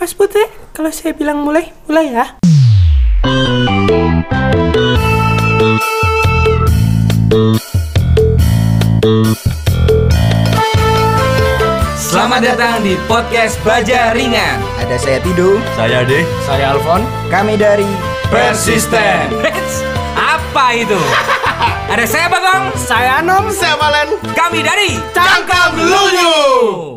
Mas Putri, kalau saya bilang mulai ya. Selamat datang di podcast Baja Ringan. Ada saya Tidu, saya Ade, Saya Alfon. kami dari Persisten. Apa itu? Ada saya Bagong. Saya Anom. Saya Valen. Kami dari Cangkang Lunyu.